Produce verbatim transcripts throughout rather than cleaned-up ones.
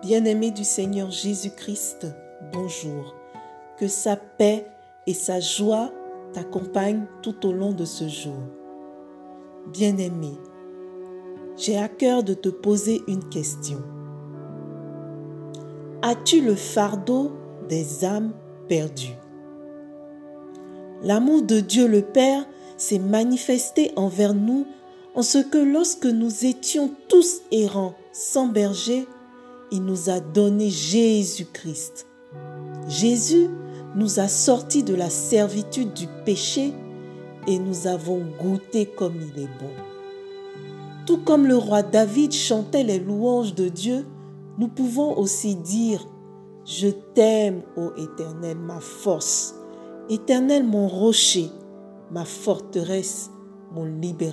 Bien-aimés du Seigneur Jésus-Christ, bonjour. Que sa paix et sa joie t'accompagnent tout au long de ce jour. Bien-aimé, j'ai à cœur de te poser une question. As-tu le fardeau des âmes perdues? L'amour de Dieu le Père s'est manifesté envers nous en ce que lorsque nous étions tous errants, sans berger, il nous a donné Jésus-Christ. Jésus nous a sortis de la servitude du péché et nous avons goûté comme il est bon. Tout comme le roi David chantait les louanges de Dieu, nous pouvons aussi dire « Je t'aime, ô Éternel, ma force, Éternel, mon rocher, ma forteresse, mon libérateur. »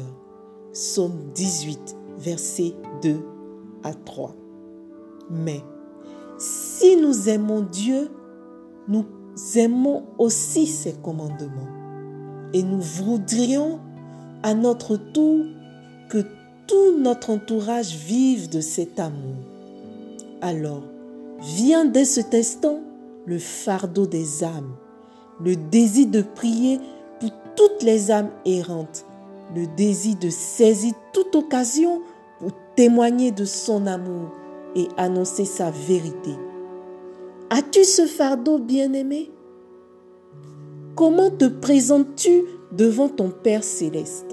Psaume dix-huit, versets deux à trois. Mais si nous aimons Dieu, nous aimons aussi ses commandements. Et nous voudrions à notre tour que tout notre entourage vive de cet amour. Alors, vient dès cet instant le fardeau des âmes, le désir de prier pour toutes les âmes errantes, le désir de saisir toute occasion pour témoigner de son amour et annoncer sa vérité. As-tu ce fardeau, bien-aimé? Comment te présentes-tu devant ton Père céleste?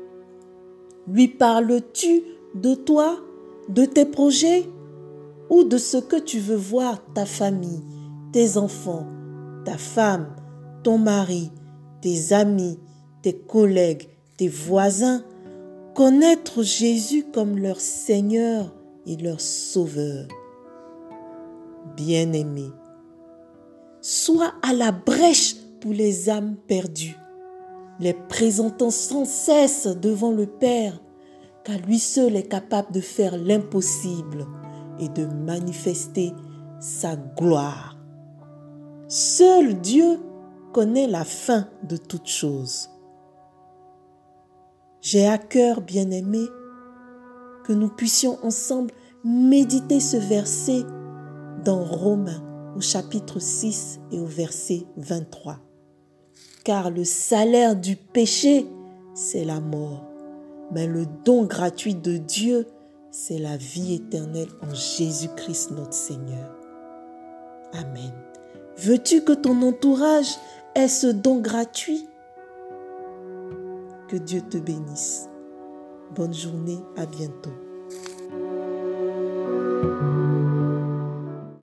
Lui parles-tu de toi, de tes projets ou de ce que tu veux voir ta famille, tes enfants, ta femme, ton mari, tes amis, tes collègues, tes voisins connaître Jésus comme leur Seigneur et leur Sauveur? Bien-aimé, sois à la brèche pour les âmes perdues, les présentant sans cesse devant le Père, car lui seul est capable de faire l'impossible et de manifester sa gloire. Seul Dieu connaît la fin de toutes choses. J'ai à cœur, bien-aimé, que nous puissions ensemble méditer ce verset dans Romains au chapitre six et au verset vingt-trois. Car le salaire du péché, c'est la mort, mais le don gratuit de Dieu, c'est la vie éternelle en Jésus-Christ notre Seigneur. Amen. Veux-tu que ton entourage ait ce don gratuit? Que Dieu te bénisse. Bonne journée, à bientôt.